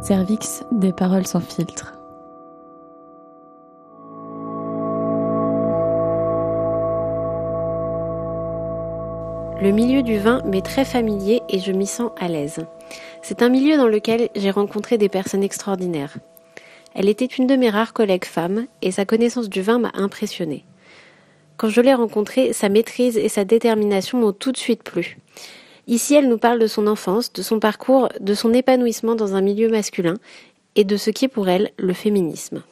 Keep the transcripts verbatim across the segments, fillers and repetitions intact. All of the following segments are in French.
Cervix, des paroles sans filtre. Le milieu du vin m'est très familier et je m'y sens à l'aise. C'est un milieu dans lequel j'ai rencontré des personnes extraordinaires. Elle était une de mes rares collègues femmes et sa connaissance du vin m'a impressionnée. Quand je l'ai rencontrée, sa maîtrise et sa détermination m'ont tout de suite plu. Ici, elle nous parle de son enfance, de son parcours, de son épanouissement dans un milieu masculin et de ce qu'est pour elle le féminisme.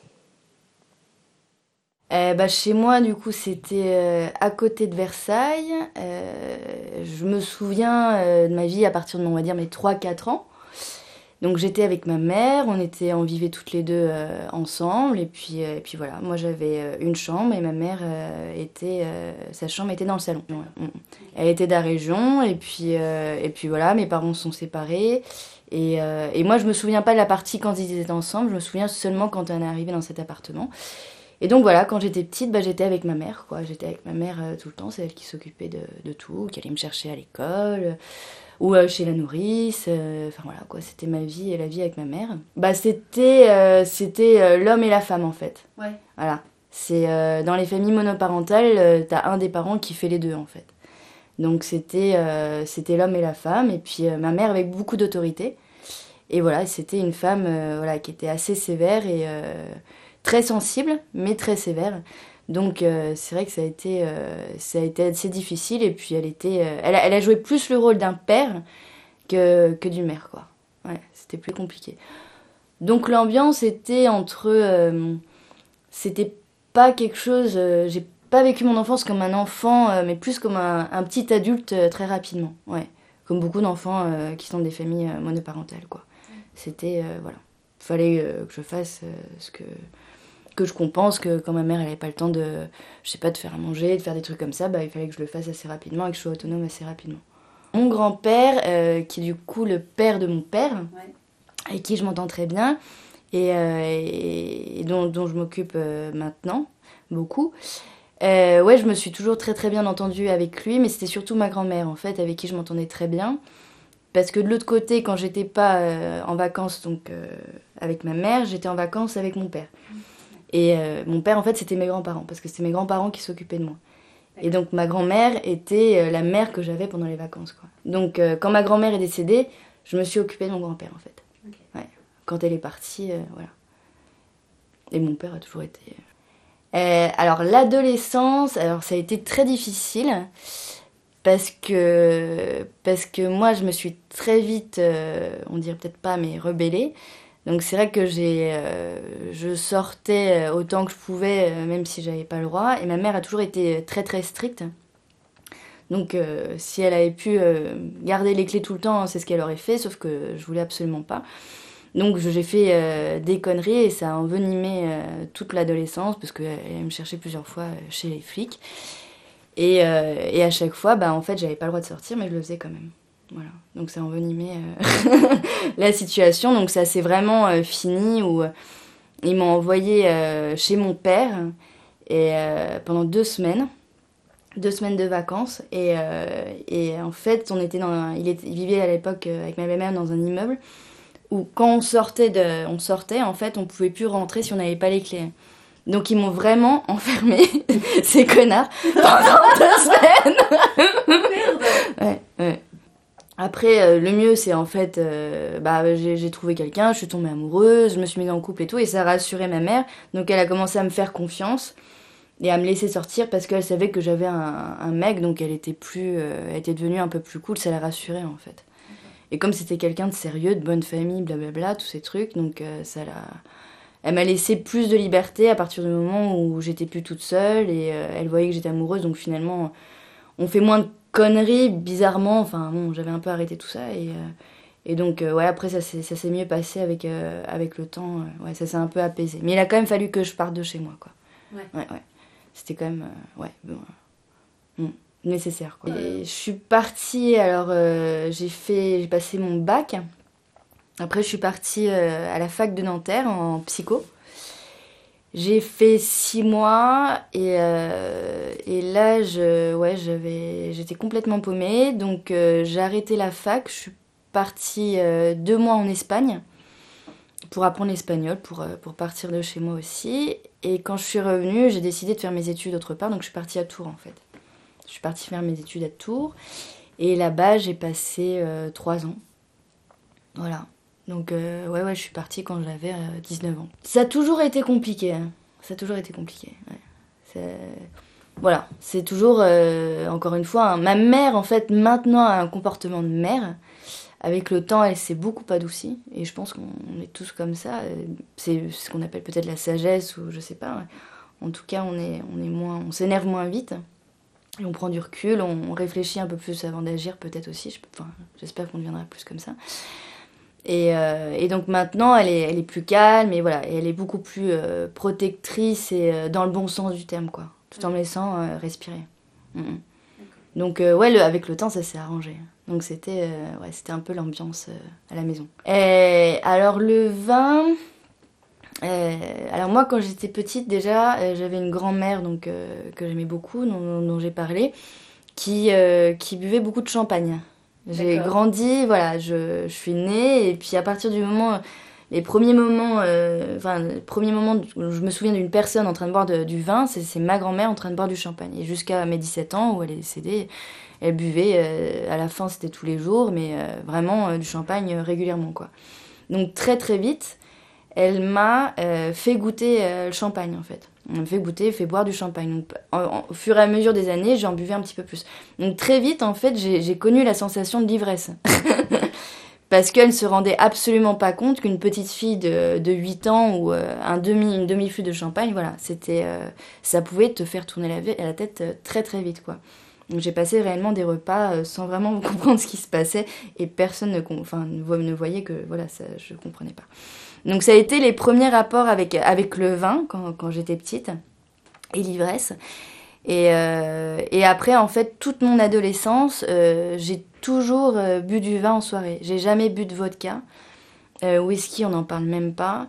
Euh, bah, chez moi, du coup, c'était euh, à côté de Versailles. Euh, je me souviens euh, de ma vie à partir de, on va dire, mes trois quatre ans. Donc j'étais avec ma mère, on était, on vivait toutes les deux euh, ensemble. Et puis, euh, et puis voilà, moi j'avais euh, une chambre et ma mère euh, était, euh, sa chambre était dans le salon. Ouais. Elle était de la région et puis, euh, et puis voilà, mes parents se sont séparés. Et, euh, et moi je me souviens pas de la partie quand ils étaient ensemble, je me souviens seulement quand on est arrivé dans cet appartement. Et donc voilà, quand j'étais petite, bah, j'étais avec ma mère, quoi. J'étais avec ma mère euh, tout le temps, c'est elle qui s'occupait de, de tout, qui allait me chercher à l'école, euh, ou euh, chez la nourrice. Euh, enfin voilà, quoi, c'était ma vie et la vie avec ma mère. Bah c'était, euh, c'était euh, l'homme et la femme en fait. Ouais. Voilà. C'est euh, dans les familles monoparentales, euh, t'as un des parents qui fait les deux en fait. Donc c'était, euh, c'était l'homme et la femme, et puis euh, ma mère avec beaucoup d'autorité. Et voilà, c'était une femme euh, voilà, qui était assez sévère et euh, très sensible, mais très sévère. Donc euh, c'est vrai que ça a été, euh, ça a été assez difficile. Et puis elle était, euh, elle, a, elle a joué plus le rôle d'un père que, que d'une mère, quoi. Ouais, c'était plus compliqué. Donc l'ambiance était entre, euh, c'était pas quelque chose. Euh, j'ai pas vécu mon enfance comme un enfant, euh, mais plus comme un, un petit adulte euh, très rapidement. Ouais, comme beaucoup d'enfants euh, qui sont des familles euh, monoparentales, quoi. C'était euh, voilà, fallait euh, que je fasse euh, ce que que je compense, que quand ma mère elle avait pas le temps de, je sais pas, de faire à manger, de faire des trucs comme ça, bah il fallait que je le fasse assez rapidement et que je sois autonome assez rapidement. Mon grand-père, euh, qui est du coup le père de mon père, Ouais. avec qui je m'entends très bien et, euh, et, et dont, dont je m'occupe euh, maintenant beaucoup. Euh, ouais, je me suis toujours très très bien entendue avec lui, mais c'était surtout ma grand-mère en fait avec qui je m'entendais très bien. Parce que de l'autre côté, quand j'étais pas euh, en vacances donc euh, avec ma mère, j'étais en vacances avec mon père. Et euh, mon père, en fait, c'était mes grands-parents, parce que c'était mes grands-parents qui s'occupaient de moi. Et donc ma grand-mère était euh, la mère que j'avais pendant les vacances, quoi. Donc euh, quand ma grand-mère est décédée, je me suis occupée de mon grand-père, en fait. Okay. Ouais. Quand elle est partie, euh, voilà. Et mon père a toujours été... Euh, alors l'adolescence, alors ça a été très difficile. Parce que, parce que moi, je me suis très vite, euh, on dirait peut-être pas, mais rebellée. Donc c'est vrai que j'ai, euh, je sortais autant que je pouvais, euh, même si j'avais pas le droit. Et ma mère a toujours été très très stricte. Donc euh, si elle avait pu euh, garder les clés tout le temps, c'est ce qu'elle aurait fait, sauf que je voulais absolument pas. Donc j'ai fait euh, des conneries et ça a envenimé euh, toute l'adolescence, parce qu'elle allait me chercher plusieurs fois chez les flics. Et, euh, et à chaque fois, bah, en fait, j'avais pas le droit de sortir, mais je le faisais quand même. Voilà. Donc ça a envenimé euh, la situation. Donc ça s'est vraiment euh, fini où euh, ils m'ont envoyé euh, chez mon père et, euh, pendant deux semaines. Deux semaines de vacances. Et, euh, et en fait, on était dans un, il, était, il vivait à l'époque euh, avec ma belle-mère dans un immeuble où quand on sortait, de, on sortait, en fait, on pouvait plus rentrer si on n'avait pas les clés. Donc ils m'ont vraiment enfermé, ces connards, pendant deux semaines. Merde. Ouais, ouais. Après, euh, le mieux, c'est en fait, euh, bah, j'ai, j'ai trouvé quelqu'un, je suis tombée amoureuse, je me suis mise en couple et tout, et ça a rassuré ma mère. Donc elle a commencé à me faire confiance et à me laisser sortir parce qu'elle savait que j'avais un, un mec, donc elle était plus, euh, elle était devenue un peu plus cool, ça l'a rassurée en fait. Et comme c'était quelqu'un de sérieux, de bonne famille, blablabla, tous ces trucs, donc euh, ça l'a... Elle m'a laissé plus de liberté à partir du moment où j'étais plus toute seule et euh, elle voyait que j'étais amoureuse, donc finalement on fait moins de conneries bizarrement. Enfin bon, j'avais un peu arrêté tout ça et, euh, et donc euh, ouais, après ça s'est, ça s'est mieux passé avec, euh, avec le temps. Euh, ouais, ça s'est un peu apaisé. Mais il a quand même fallu que je parte de chez moi, quoi. Ouais. Ouais, ouais. C'était quand même euh, ouais, bon, euh, mm, nécessaire, quoi. Et je suis partie, alors euh, j'ai fait, j'ai passé mon bac. Après, je suis partie euh, à la fac de Nanterre en psycho. J'ai fait six mois et, euh, et là, je, ouais, j'avais, j'étais complètement paumée. Donc, euh, j'ai arrêté la fac. Je suis partie euh, deux mois en Espagne. pour apprendre l'espagnol, pour, pour partir de chez moi aussi. Et quand je suis revenue, j'ai décidé de faire mes études autre part, donc je suis partie à Tours en fait. Je suis partie faire mes études à Tours, et là-bas j'ai passé euh, trois ans. Voilà. Donc euh, ouais, ouais, je suis partie quand j'avais euh, dix-neuf ans. Ça a toujours été compliqué, hein. Ça a toujours été compliqué, ouais. C'est... Voilà, c'est toujours, euh, encore une fois, hein, ma mère en fait maintenant a un comportement de mère. Avec le temps, elle s'est beaucoup adoucie, et je pense qu'on est tous comme ça. C'est ce qu'on appelle peut-être la sagesse, ou je sais pas. En tout cas, on est, on est moins, on s'énerve moins vite, et on prend du recul, on réfléchit un peu plus avant d'agir, peut-être aussi. Je, enfin, j'espère qu'on deviendra plus comme ça. Et, euh, et donc maintenant, elle est, elle est plus calme, et voilà, et elle est beaucoup plus euh, protectrice, et euh, dans le bon sens du terme, quoi, tout en me laissant euh, respirer. Mm-hmm. Donc euh, ouais, le, avec le temps, ça s'est arrangé. Donc c'était euh, ouais, c'était un peu l'ambiance euh, à la maison. Et alors le vin... Euh, alors moi, quand j'étais petite, déjà, euh, j'avais une grand-mère donc, euh, que j'aimais beaucoup, dont, dont, dont j'ai parlé, qui, euh, qui buvait beaucoup de champagne. J'ai D'accord. grandi, voilà, je, je suis née, et puis à partir du moment... Les premiers moments, euh, enfin, les premiers moments où je me souviens d'une personne en train de boire de, du vin, c'est, c'est ma grand-mère en train de boire du champagne. Et jusqu'à mes dix-sept ans, où elle est décédée, elle buvait, euh, à la fin c'était tous les jours, mais euh, vraiment euh, du champagne euh, régulièrement, quoi. Donc très très vite, elle m'a euh, fait goûter euh, le champagne, en fait. Elle me fait goûter, fait boire du champagne. Donc, en, en, au fur et à mesure des années, j'en buvais un petit peu plus. Donc très vite, en fait, j'ai, j'ai connu la sensation de l'ivresse. Parce qu'elle ne se rendait absolument pas compte qu'une petite fille de, de huit ans ou euh, un demi, une demi-flûte de champagne, voilà, c'était, euh, ça pouvait te faire tourner la, la tête euh, très très vite, quoi. Donc j'ai passé réellement des repas euh, sans vraiment comprendre ce qui se passait, et personne ne, enfin, ne voyait que voilà, ça, je ne comprenais pas. Donc ça a été les premiers rapports avec, avec le vin quand, quand j'étais petite, et l'ivresse. Et, euh, et après, en fait, toute mon adolescence, euh, j'ai toujours euh, bu du vin en soirée. J'ai jamais bu de vodka. Euh, whisky, on n'en parle même pas.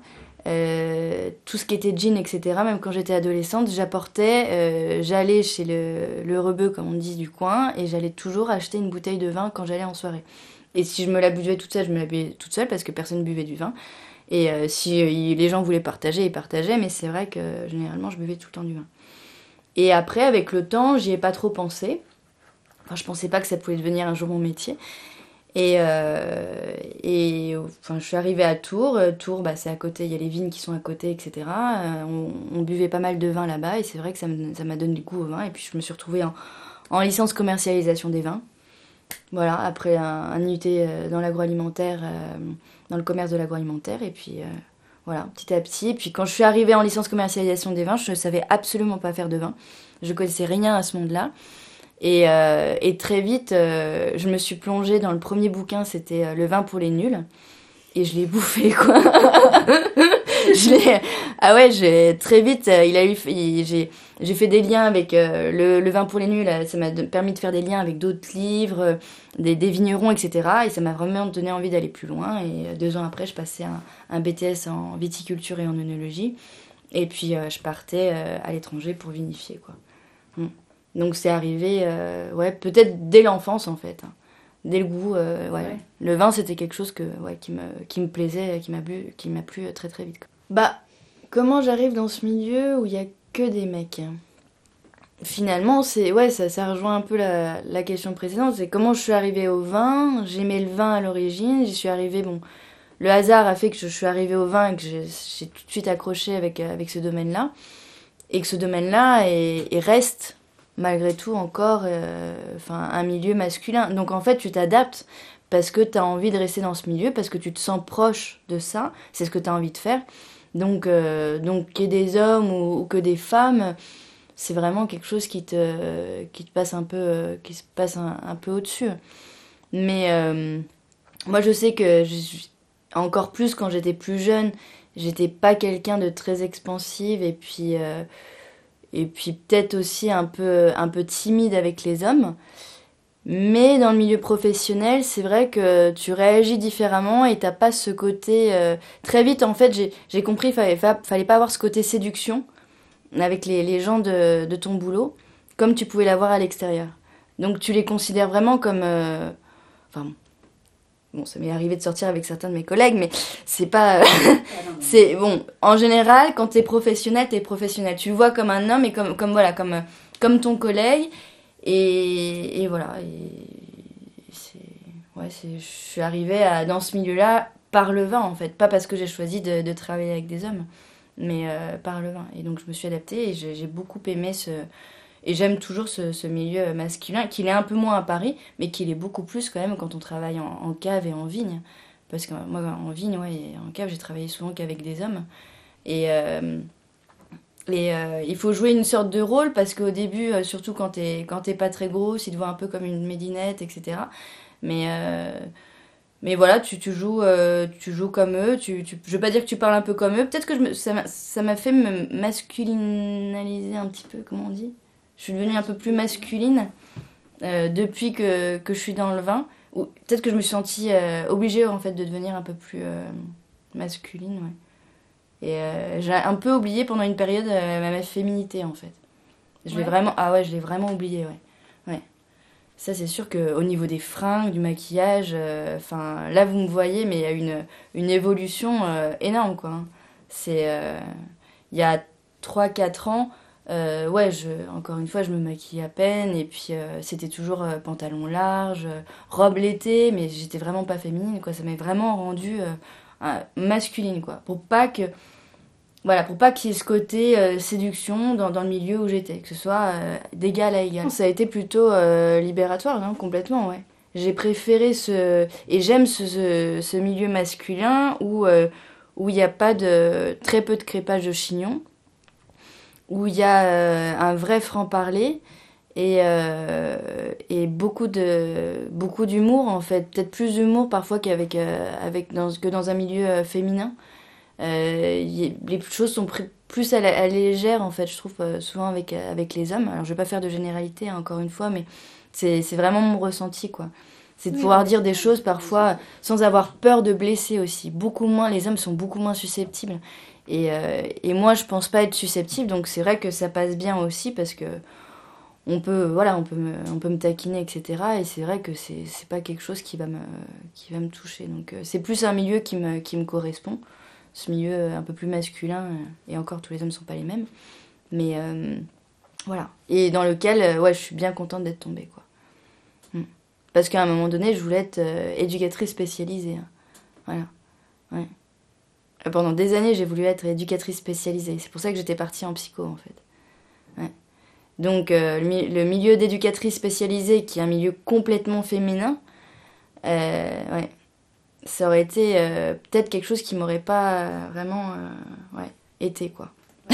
Euh, tout ce qui était gin, et cetera. Même quand j'étais adolescente, j'apportais, euh, j'allais chez le, le rebeu, comme on dit, du coin, et j'allais toujours acheter une bouteille de vin quand j'allais en soirée. Et si je me la buvais toute seule, je me la buvais toute seule parce que personne ne buvait du vin. Et euh, si euh, les gens voulaient partager, ils partageaient, mais c'est vrai que généralement, je buvais tout le temps du vin. Et après, avec le temps, j'y ai pas trop pensé. Enfin, je pensais pas que ça pouvait devenir un jour mon métier. Et, euh, et enfin, je suis arrivée à Tours. Tours, bah, c'est à côté, il y a les vignes qui sont à côté, et cetera. Euh, on, on buvait pas mal de vin là-bas, et c'est vrai que ça, me, ça m'a donné du goût au vin. Et puis je me suis retrouvée en, en licence commercialisation des vins. Voilà, après un, un I U T dans l'agroalimentaire, euh, dans le commerce de l'agroalimentaire. Et puis... Euh, Voilà, petit à petit. Et puis quand je suis arrivée en licence commercialisation des vins, je ne savais absolument pas faire de vin. Je connaissais rien à ce monde-là. Et, euh, et très vite, euh, je me suis plongée dans le premier bouquin, c'était euh, Le vin pour les nuls. Et je l'ai bouffé, quoi. je l'ai... Ah ouais, j'ai... très vite, euh, il a eu... il... J'ai... j'ai fait des liens avec euh, le... le vin pour les nuls. Ça m'a permis de faire des liens avec d'autres livres, euh, des... des vignerons, et cetera. Et ça m'a vraiment donné envie d'aller plus loin. Et euh, deux ans après, je passais un, un B T S en viticulture et en œnologie. Et puis, euh, je partais euh, à l'étranger pour vinifier, quoi. Mm. Donc, c'est arrivé, euh, ouais, peut-être dès l'enfance, en fait. Hein. Dès le goût, euh, ouais. ouais. Le vin, c'était quelque chose que, ouais, qui, me, qui me plaisait, qui m'a, bu, qui m'a plu très très vite. Quoi. Bah, comment j'arrive dans ce milieu où il n'y a que des mecs? Finalement, c'est, ouais, ça, ça rejoint un peu la, la question précédente. C'est comment je suis arrivée au vin. J'aimais le vin à l'origine. J'y suis arrivée, bon, le hasard a fait que je suis arrivée au vin et que j'ai, j'ai tout de suite accroché avec, avec ce domaine-là. Et que ce domaine-là est, est reste... malgré tout encore euh, un milieu masculin. Donc en fait, tu t'adaptes parce que tu as envie de rester dans ce milieu, parce que tu te sens proche de ça, c'est ce que tu as envie de faire. Donc, euh, donc qu'il y ait des hommes ou, ou que des femmes, c'est vraiment quelque chose qui te, qui te passe un peu, euh, qui se passe un, un peu au-dessus. Mais euh, moi, je sais que, je, encore plus quand j'étais plus jeune, j'étais pas quelqu'un de très expansive, et puis... Euh, et puis peut-être aussi un peu, un peu timide avec les hommes. Mais dans le milieu professionnel, c'est vrai que tu réagis différemment et t'as pas ce côté... Euh... Très vite, en fait, j'ai, j'ai compris qu'il fallait, fallait pas avoir ce côté séduction avec les, les gens de, de ton boulot, comme tu pouvais l'avoir à l'extérieur. Donc tu les considères vraiment comme... Euh... Enfin, Bon, ça m'est arrivé de sortir avec certains de mes collègues, mais c'est pas... c'est bon, en général, quand t'es professionnel, t'es professionnel. Tu le vois comme un homme et comme, comme, voilà, comme, comme ton collègue. Et, et voilà. Et c'est, ouais, c'est, je suis arrivée à, dans ce milieu-là par le vin, en fait. Pas parce que j'ai choisi de, de travailler avec des hommes, mais euh, par le vin. Et donc, je me suis adaptée et j'ai, j'ai beaucoup aimé ce... Et j'aime toujours ce, ce milieu masculin, qu'il est un peu moins à Paris, mais qu'il est beaucoup plus quand même quand on travaille en, en cave et en vigne. Parce que moi, en vigne, ouais, et en cave, j'ai travaillé souvent qu'avec des hommes. Et, euh, et euh, il faut jouer une sorte de rôle, parce qu'au début, euh, surtout quand t'es, quand t'es pas très grosse, ils te voient un peu comme une médinette, et cetera. Mais, euh, mais voilà, tu, tu, joues, euh, tu joues comme eux. Tu, tu, je veux pas dire que tu parles un peu comme eux. Peut-être que je me, ça, m'a, ça m'a fait me masculinaliser un petit peu, comment on dit ? Je suis devenue un peu plus masculine euh, depuis que, que je suis dans le vin. Ou peut-être que je me suis sentie euh, obligée en fait de devenir un peu plus euh, masculine. Ouais. Et euh, j'ai un peu oublié pendant une période euh, ma féminité en fait. Je ouais. l'ai vraiment, ah ouais, je l'ai vraiment oublié. Ouais. Ouais. Ça c'est sûr qu'au niveau des fringues, du maquillage, enfin euh, là vous me voyez, mais il y a une, une évolution euh, énorme quoi. C'est euh, il y a trois quatre ans. Euh, ouais, je, encore une fois, je me maquille à peine, et puis euh, c'était toujours euh, pantalon large, euh, robe l'été, mais j'étais vraiment pas féminine, quoi. Ça m'a vraiment rendue euh, masculine, quoi. Pour pas que, voilà, pour pas qu'il y ait ce côté euh, séduction dans, dans le milieu où j'étais, que ce soit euh, d'égal à égal. Ça a été plutôt euh, libératoire, hein, complètement, ouais. J'ai préféré ce, et j'aime ce, ce, ce milieu masculin où euh, où il n'y a pas de, très peu de crépage de chignon, où il y a euh, un vrai franc-parler et, euh, et beaucoup, de, beaucoup d'humour, en fait. Peut-être plus d'humour parfois qu'avec, euh, avec dans, que dans un milieu euh, féminin. Euh, y, les choses sont pr- plus à la, à la légère, en fait, je trouve, euh, souvent avec, euh, avec les hommes. Alors, je vais pas faire de généralité, hein, encore une fois, mais c'est, c'est vraiment mon ressenti, quoi. C'est de oui, pouvoir dire des choses parfois sans avoir peur de blesser aussi. Beaucoup moins, les hommes sont beaucoup moins susceptibles. Et, euh, et moi, je pense pas être susceptible, donc c'est vrai que ça passe bien aussi parce que on peut, voilà, on peut me, on peut me taquiner, et cetera. Et c'est vrai que c'est, c'est pas quelque chose qui va me, qui va me toucher. Donc euh, c'est plus un milieu qui me, qui me correspond, ce milieu un peu plus masculin. Et encore, tous les hommes sont pas les mêmes, mais euh, voilà. Et dans lequel, euh, ouais, je suis bien contente d'être tombée, quoi. Mm. Parce qu'à un moment donné, je voulais être euh, éducatrice spécialisée. Hein. Voilà. Ouais. Pendant des années, j'ai voulu être éducatrice spécialisée. C'est pour ça que j'étais partie en psycho, en fait. Ouais. Donc, euh, le milieu d'éducatrice spécialisée, qui est un milieu complètement féminin, euh, ouais, ça aurait été euh, peut-être quelque chose qui m'aurait pas euh, vraiment euh, ouais, été, quoi.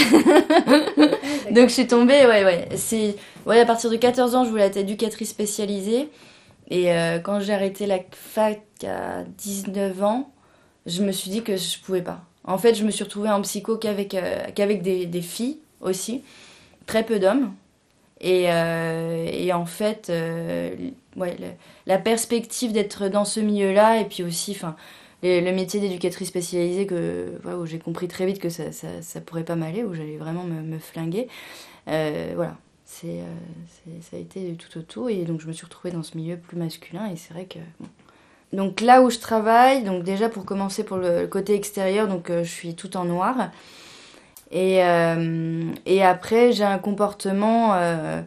Donc, je suis tombée, ouais, ouais. C'est, ouais, à partir de quatorze ans, je voulais être éducatrice spécialisée. Et euh, quand j'ai arrêté la fac à dix-neuf ans, je me suis dit que je pouvais pas. En fait, je me suis retrouvée en psycho qu'avec, euh, qu'avec des, des filles aussi, très peu d'hommes. Et, euh, et en fait, euh, ouais, le, la perspective d'être dans ce milieu-là, et puis aussi, enfin, le, le métier d'éducatrice spécialisée, que, ouais, où j'ai compris très vite que ça, ça, ça pourrait pas m'aller, où j'allais vraiment me, me flinguer. Euh, voilà, c'est, euh, c'est, ça a été du tout au tout, et donc je me suis retrouvée dans ce milieu plus masculin, et c'est vrai que... Bon. Donc là où je travaille, donc déjà pour commencer pour le côté extérieur, donc euh, je suis tout en noir. Et, euh, et après, j'ai un comportement, euh,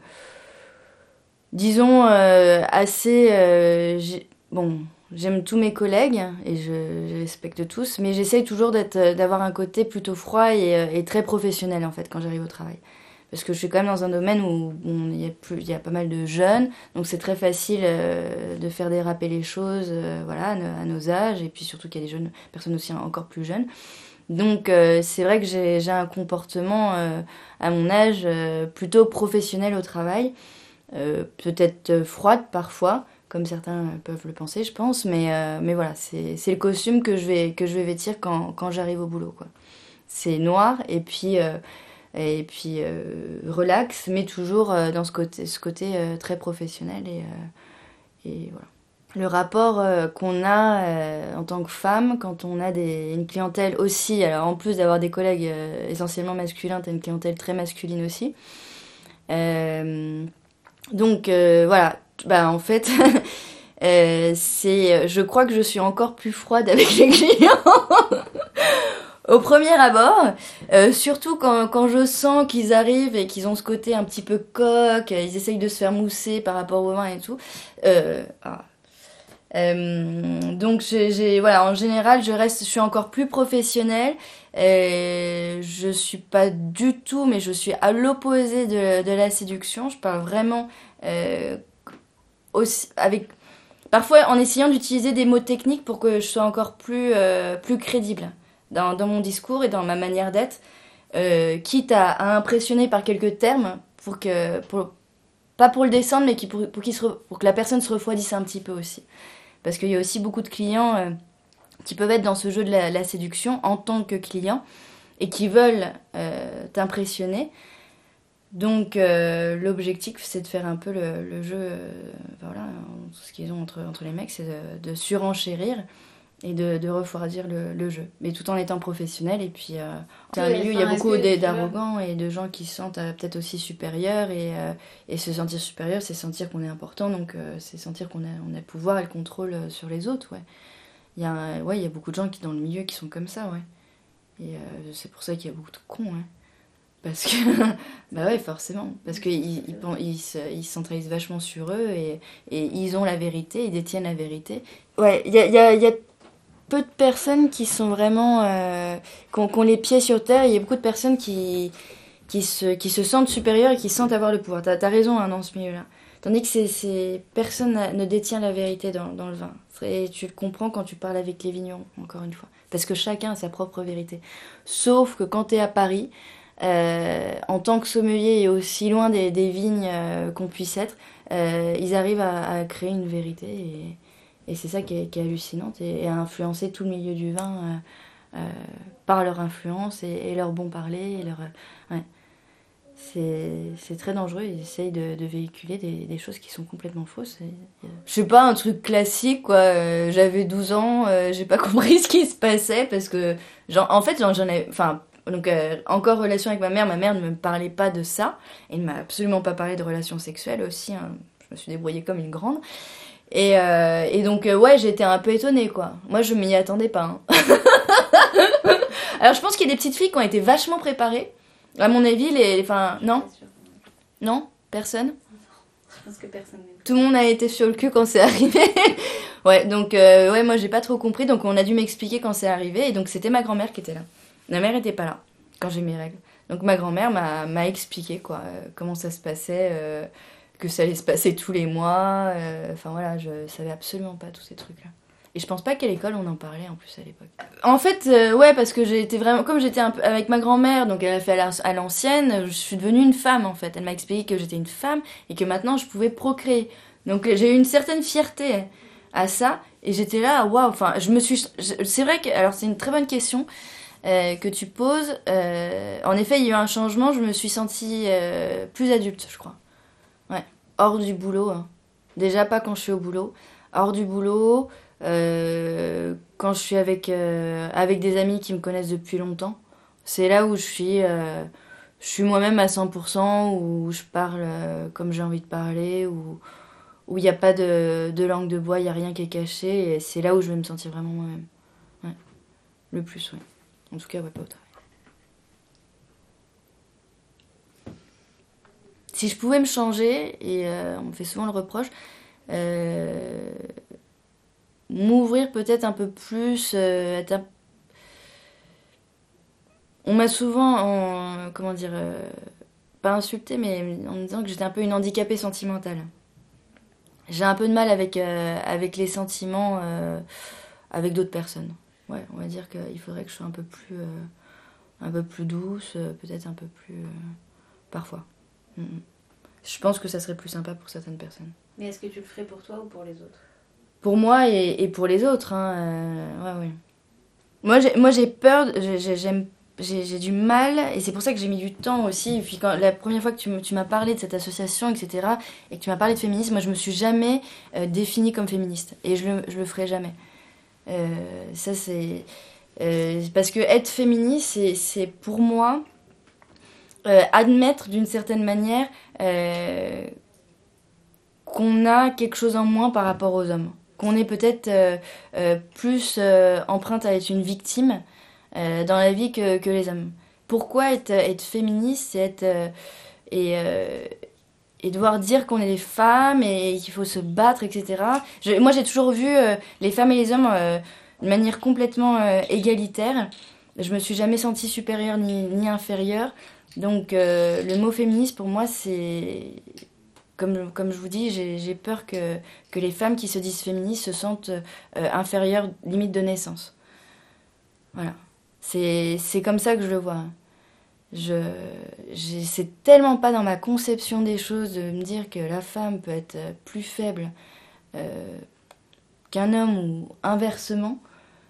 disons, euh, assez... Euh, j'ai, bon, j'aime tous mes collègues et je, je les respecte tous, mais j'essaye toujours d'être, d'avoir un côté plutôt froid et, et très professionnel, en fait, quand j'arrive au travail. Parce que je suis quand même dans un domaine où bon, il y a plus, il y a pas mal de jeunes, donc c'est très facile euh, de faire déraper les choses, euh, voilà, à nos, à nos âges, et puis surtout qu'il y a des jeunes personnes aussi encore plus jeunes. Donc euh, c'est vrai que j'ai, j'ai un comportement euh, à mon âge euh, plutôt professionnel au travail, euh, peut-être froide parfois, comme certains peuvent le penser, je pense, mais euh, mais voilà, c'est c'est le costume que je vais que je vais vêtir quand quand j'arrive au boulot, quoi. C'est noir et puis euh, et puis euh, relax, mais toujours euh, dans ce côté, ce côté euh, très professionnel. Et, euh, et voilà. Le rapport euh, qu'on a euh, en tant que femme, quand on a des, une clientèle aussi, alors en plus d'avoir des collègues euh, essentiellement masculins, t'as une clientèle très masculine aussi. Euh, donc euh, voilà, bah, en fait, Euh, c'est, je crois que je suis encore plus froide avec les clients au premier abord, euh, surtout quand, quand je sens qu'ils arrivent et qu'ils ont ce côté un petit peu coq, ils essayent de se faire mousser par rapport au vin et tout. Euh, ah. euh, donc j'ai, j'ai, voilà, en général, je reste, je suis encore plus professionnelle. Euh, je suis pas du tout, mais je suis à l'opposé de, de la séduction. Je parle vraiment euh, aussi avec. Parfois en essayant d'utiliser des mots techniques pour que je sois encore plus, euh, plus crédible dans, dans mon discours et dans ma manière d'être, euh, quitte à, à impressionner par quelques termes, pour que, pour, pas pour le descendre, mais qui, pour, pour, qu'il se, pour que la personne se refroidisse un petit peu aussi. Parce qu'il y a aussi beaucoup de clients euh, qui peuvent être dans ce jeu de la, la séduction en tant que clients et qui veulent euh, t'impressionner. Donc euh, l'objectif, c'est de faire un peu le, le jeu, euh, voilà, ce qu'ils ont entre, entre les mecs, c'est de, de surenchérir et de, de refroidir le, le jeu, mais tout en étant professionnel. Et puis euh, c'est un milieu, il y a beaucoup d'arrogants et de gens qui se sentent euh, peut-être aussi supérieurs, et, euh, et se sentir supérieur, c'est sentir qu'on est important, donc euh, c'est sentir qu'on a, on a le pouvoir et le contrôle sur les autres, ouais. Il y a, ouais, il y a beaucoup de gens qui dans le milieu qui sont comme ça, ouais. Et euh, c'est pour ça qu'il y a beaucoup de cons, hein. Parce que, bah ouais, forcément. Parce qu'ils ils, ils, se, ils se centralisent vachement sur eux et, et ils ont la vérité, ils détiennent la vérité. Ouais, il y a, y, a, y a peu de personnes qui sont vraiment. Euh, qui, ont, qui ont les pieds sur terre. Il y a beaucoup de personnes qui, qui, se, qui se sentent supérieures et qui sentent avoir le pouvoir. T'as, t'as raison, hein, dans ce milieu-là. Tandis que c'est, c'est, personne ne détient la vérité dans, dans le vin. Et tu le comprends quand tu parles avec les vignerons, encore une fois. Parce que chacun a sa propre vérité. Sauf que quand t'es à Paris. Euh, en tant que sommelier et aussi loin des, des vignes euh, qu'on puisse être, euh, ils arrivent à, à créer une vérité, et, et c'est ça qui est, qui est hallucinante, et, et à influencer tout le milieu du vin euh, euh, par leur influence et, et leur bon parler. Et leur, euh, ouais. c'est, c'est très dangereux, ils essayent de, de véhiculer des, des choses qui sont complètement fausses. Et, euh, je sais pas, un truc classique, quoi. Euh, j'avais douze ans, euh, j'ai pas compris ce qui se passait, parce que, genre, en fait, j'en, j'en ai. Enfin, Donc, euh, encore relation avec ma mère. Ma mère ne me parlait pas de ça. Elle ne m'a absolument pas parlé de relations sexuelles aussi, hein. Je me suis débrouillée comme une grande. Et, euh, et donc, euh, ouais, j'étais un peu étonnée, quoi. Moi, je m'y attendais pas, hein. Alors, je pense qu'il y a des petites filles qui ont été vachement préparées. À mon avis, les... Enfin, non ? Non ? Personne ? Je pense que personne n'est. Tout le monde a été sur le cul quand c'est arrivé. Ouais, donc, euh, ouais, moi, j'ai pas trop compris. Donc, on a dû m'expliquer quand c'est arrivé. Et donc, c'était ma grand-mère qui était là. Ma mère était pas là quand j'ai mes règles. Donc ma grand-mère m'a, m'a expliqué, quoi, euh, comment ça se passait, euh, que ça allait se passer tous les mois. Euh, enfin voilà, je savais absolument pas tous ces trucs-là. Et je pense pas qu'à l'école on en parlait en plus à l'époque. En fait, euh, ouais, parce que j'ai été vraiment, comme j'étais un peu avec ma grand-mère, donc elle a fait à l'ancienne, je suis devenue une femme en fait. Elle m'a expliqué que j'étais une femme et que maintenant je pouvais procréer. Donc j'ai eu une certaine fierté à ça, et j'étais là, waouh. Enfin, je me suis, c'est vrai que, alors c'est une très bonne question. Euh, que tu poses. Euh, en effet, il y a eu un changement. Je me suis sentie euh, plus adulte, je crois. Ouais. Hors du boulot. Hein. Déjà pas quand je suis au boulot. Hors du boulot. Euh, quand je suis avec, euh, avec des amis qui me connaissent depuis longtemps. C'est là où je suis, euh, je suis moi-même à cent pour cent, où je parle euh, comme j'ai envie de parler, où où il n'y a pas de, de langue de bois, il n'y a rien qui est caché. Et c'est là où je vais me sentir vraiment moi-même. Ouais. Le plus, oui. En tout cas, ouais, pas au travail. Si je pouvais me changer, et euh, on me fait souvent le reproche, euh, m'ouvrir peut-être un peu plus, euh, être un... On m'a souvent, en, comment dire, euh, pas insulté, mais en me disant que j'étais un peu une handicapée sentimentale. J'ai un peu de mal avec, euh, avec les sentiments euh, avec d'autres personnes. Ouais, on va dire qu'il faudrait que je sois un peu plus... Euh, un peu plus douce, peut-être un peu plus... Euh, parfois. Mm-hmm. Je pense que ça serait plus sympa pour certaines personnes. Mais est-ce que tu le ferais pour toi ou pour les autres ? Pour moi et, et pour les autres, hein. Euh, ouais, ouais. Moi, j'ai, moi, j'ai peur, j'ai, j'aime, j'ai, j'ai du mal, et c'est pour ça que j'ai mis du temps aussi. Et puis quand, la première fois que tu, tu m'as parlé de cette association, et cetera, et que tu m'as parlé de féminisme, moi, je me suis jamais euh, définie comme féministe. Et je le, je le ferai jamais. Euh, ça, c'est... Euh, parce que être féministe, c'est, c'est pour moi euh, admettre d'une certaine manière euh, qu'on a quelque chose en moins par rapport aux hommes. Qu'on est peut-être euh, euh, plus euh, empreinte à être une victime euh, dans la vie que, que les hommes. Pourquoi être, être féministe, c'est être... Euh, et, euh, et devoir dire qu'on est des femmes et qu'il faut se battre, et cetera. Je, moi, j'ai toujours vu euh, les femmes et les hommes euh, de manière complètement euh, égalitaire. Je me suis jamais sentie supérieure ni, ni inférieure. Donc, euh, le mot féministe, pour moi, c'est... Comme, comme je vous dis, j'ai, j'ai peur que, que les femmes qui se disent féministes se sentent euh, inférieures, limite de naissance. Voilà. C'est, c'est comme ça que je le vois. Je, j'ai, c'est tellement pas dans ma conception des choses de me dire que la femme peut être plus faible euh, qu'un homme ou inversement,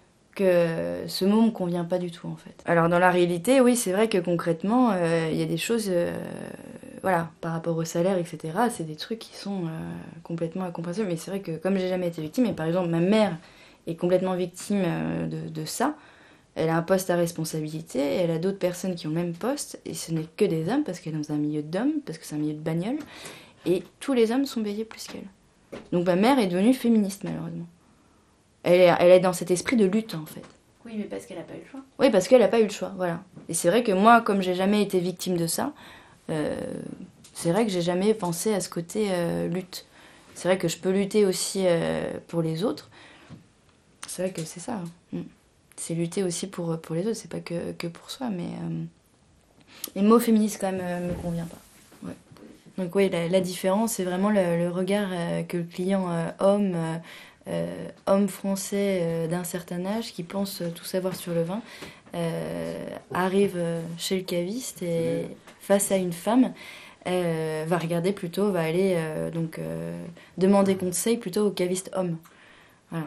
que ce mot me convient pas du tout en fait. Alors dans la réalité, oui, c'est vrai que concrètement, il euh, y a des choses, euh, voilà, par rapport au salaire, et cetera. C'est des trucs qui sont euh, complètement incompréhensibles. Mais c'est vrai que comme j'ai jamais été victime, et par exemple ma mère est complètement victime euh, de, de ça. Elle a un poste à responsabilité, et elle a d'autres personnes qui ont le même poste, et ce n'est que des hommes, parce qu'elle est dans un milieu d'hommes, parce que c'est un milieu de bagnole, et tous les hommes sont payés plus qu'elle. Donc ma mère est devenue féministe, malheureusement. Elle est, elle est dans cet esprit de lutte, en fait. Oui, mais parce qu'elle n'a pas eu le choix. Oui, parce qu'elle n'a pas eu le choix, voilà. Et c'est vrai que moi, comme j'ai jamais été victime de ça, euh, c'est vrai que j'ai jamais pensé à ce côté euh, lutte. C'est vrai que je peux lutter aussi euh, pour les autres. C'est vrai que c'est ça. Hein. C'est lutter aussi pour, pour les autres, c'est pas que, que pour soi, mais euh, les mots féministes quand même euh, me convient pas. Ouais. Donc oui, la, la différence, c'est vraiment le, le regard euh, que le client euh, homme, euh, euh, homme français euh, d'un certain âge, qui pense tout savoir sur le vin, euh, arrive chez le caviste et face à une femme, euh, va regarder plutôt, va aller euh, donc euh, demander conseil plutôt au caviste homme. Voilà.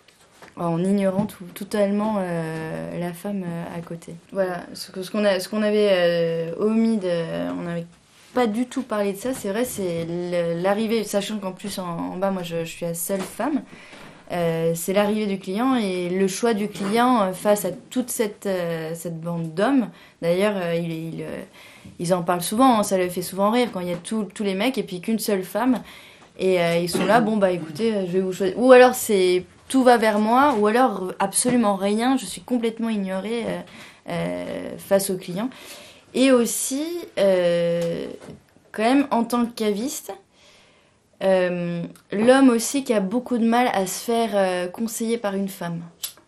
En ignorant tout, totalement euh, la femme euh, à côté. Voilà, ce, que, ce, qu'on, a, ce qu'on avait euh, omis, de, on n'avait pas du tout parlé de ça, c'est vrai, c'est l'arrivée, sachant qu'en plus en, en bas, moi je, je suis la seule femme, euh, c'est l'arrivée du client et le choix du client face à toute cette, euh, cette bande d'hommes. D'ailleurs, euh, il, il, euh, ils en parlent souvent, hein, ça le fait souvent rire quand il y a tous les mecs et puis qu'une seule femme. Et euh, ils sont là, bon bah écoutez, je vais vous choisir. Ou alors c'est... tout va vers moi, ou alors absolument rien, je suis complètement ignorée euh, euh, face aux clients. Et aussi, euh, quand même, en tant que caviste, euh, l'homme aussi qui a beaucoup de mal à se faire euh, conseiller par une femme.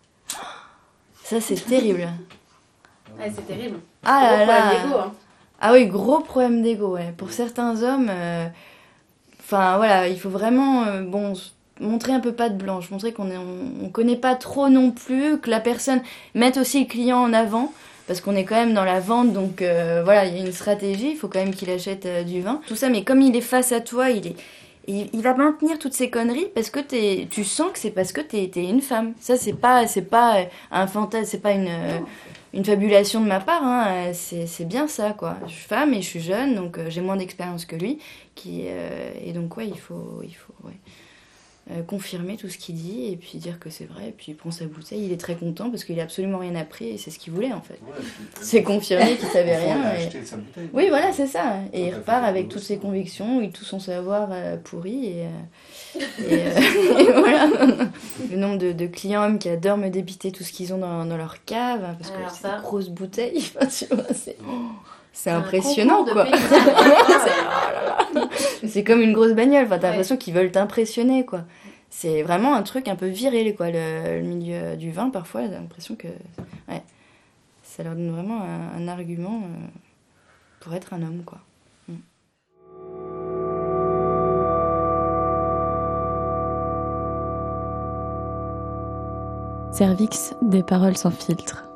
Ça, c'est terrible. Ouais, c'est terrible. Ah là gros là. problème d'ego, hein. Ah oui, gros problème d'ego, ouais. Pour certains hommes, enfin euh, voilà, il faut vraiment, euh, bon... montrer un peu patte blanche, montrer qu'on est, on, on connaît pas trop non plus, que la personne mette aussi le client en avant, parce qu'on est quand même dans la vente, donc euh, voilà, il y a une stratégie, il faut quand même qu'il achète euh, du vin, tout ça, mais comme il est face à toi, il est, il, il va maintenir toutes ces conneries parce que t'es, tu sens que c'est parce que t'es, t'es une femme. Ça, c'est pas, c'est pas un fantasme, c'est pas une, euh, une fabulation de ma part, hein, c'est, c'est bien ça, quoi. Je suis femme et je suis jeune, donc euh, j'ai moins d'expérience que lui, qui, euh, et donc ouais, il faut, il faut, ouais. Euh, confirmer tout ce qu'il dit et puis dire que c'est vrai, et puis il prend sa bouteille, il est très content parce qu'il a absolument rien appris et c'est ce qu'il voulait en fait. Ouais, c'est confirmer qu'il savait rien. Et... sa bouteille, oui, voilà, c'est ça. Et il repart avec toutes ses convictions et tout son savoir euh, pourri et, euh, et, euh, et voilà. Le nombre de, de clients hommes qui adorent me débiter tout ce qu'ils ont dans, dans leur cave, hein, parce alors que c'est ça... des grosses bouteilles, enfin, tu vois, c'est... C'est impressionnant, quoi. c'est... Oh là là. C'est comme une grosse bagnole. Enfin, t'as ouais. l'impression qu'ils veulent t'impressionner, quoi. C'est vraiment un truc un peu viril, quoi. Le, le milieu du vin, parfois, j'ai l'impression que... Ouais. Ça leur donne vraiment un, un argument euh, pour être un homme, quoi. Mm. Cervix, des paroles sans filtre.